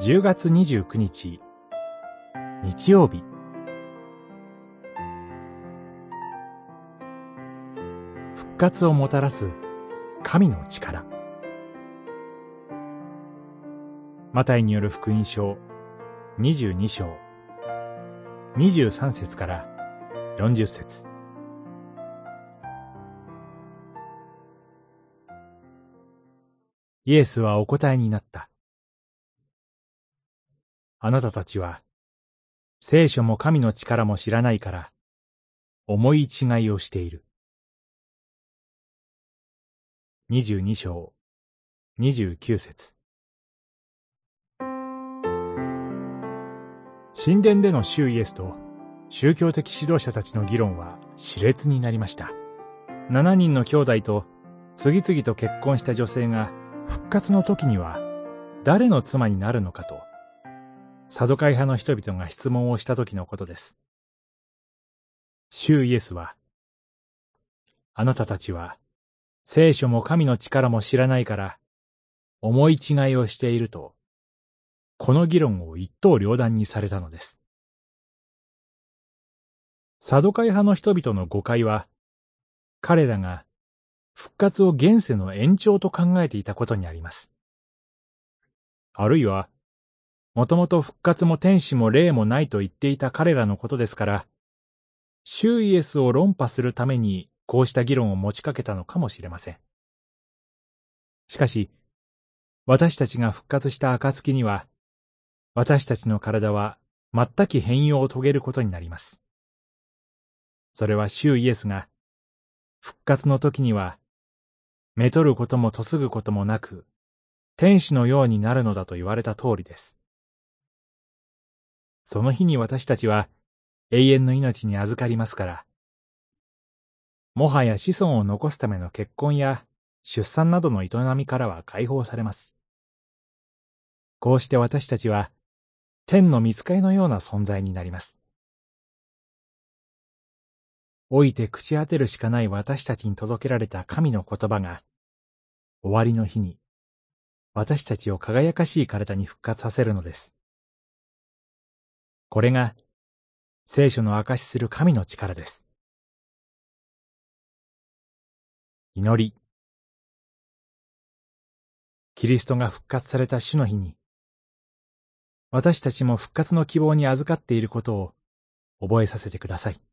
10月29日、日曜日。復活をもたらす神の力。マタイによる福音書22章23節から40節。イエスはお答えになった。あなたたちは聖書も神の力も知らないから思い違いをしている。22章29節。神殿での主イエスと宗教的指導者たちの議論は熾烈になりました。7人の兄弟と次々と結婚した女性が復活の時には誰の妻になるのかとサドカイ派の人々が質問をした時のことです。主イエスは、あなたたちは聖書も神の力も知らないから思い違いをしていると、この議論を一刀両断にされたのです。サドカイ派の人々の誤解は、彼らが復活を現世の延長と考えていたことにあります。あるいは、もともと復活も天使も霊もないと言っていた彼らのことですから、主イエスを論破するためにこうした議論を持ちかけたのかもしれません。しかし、私たちが復活した暁には、私たちの体は全く変容を遂げることになります。それは主イエスが、復活の時には、めとることもとすぐこともなく、天使のようになるのだと言われた通りです。その日に私たちは永遠の命に預かりますから、もはや子孫を残すための結婚や出産などの営みからは解放されます。こうして私たちは天の御使いのような存在になります。老いて朽ち果てるしかない私たちに届けられた神の言葉が、終わりの日に私たちを輝かしい体に復活させるのです。これが聖書の証しする神の力です。祈り。キリストが復活された主の日に、私たちも復活の希望に預かっていることを覚えさせてください。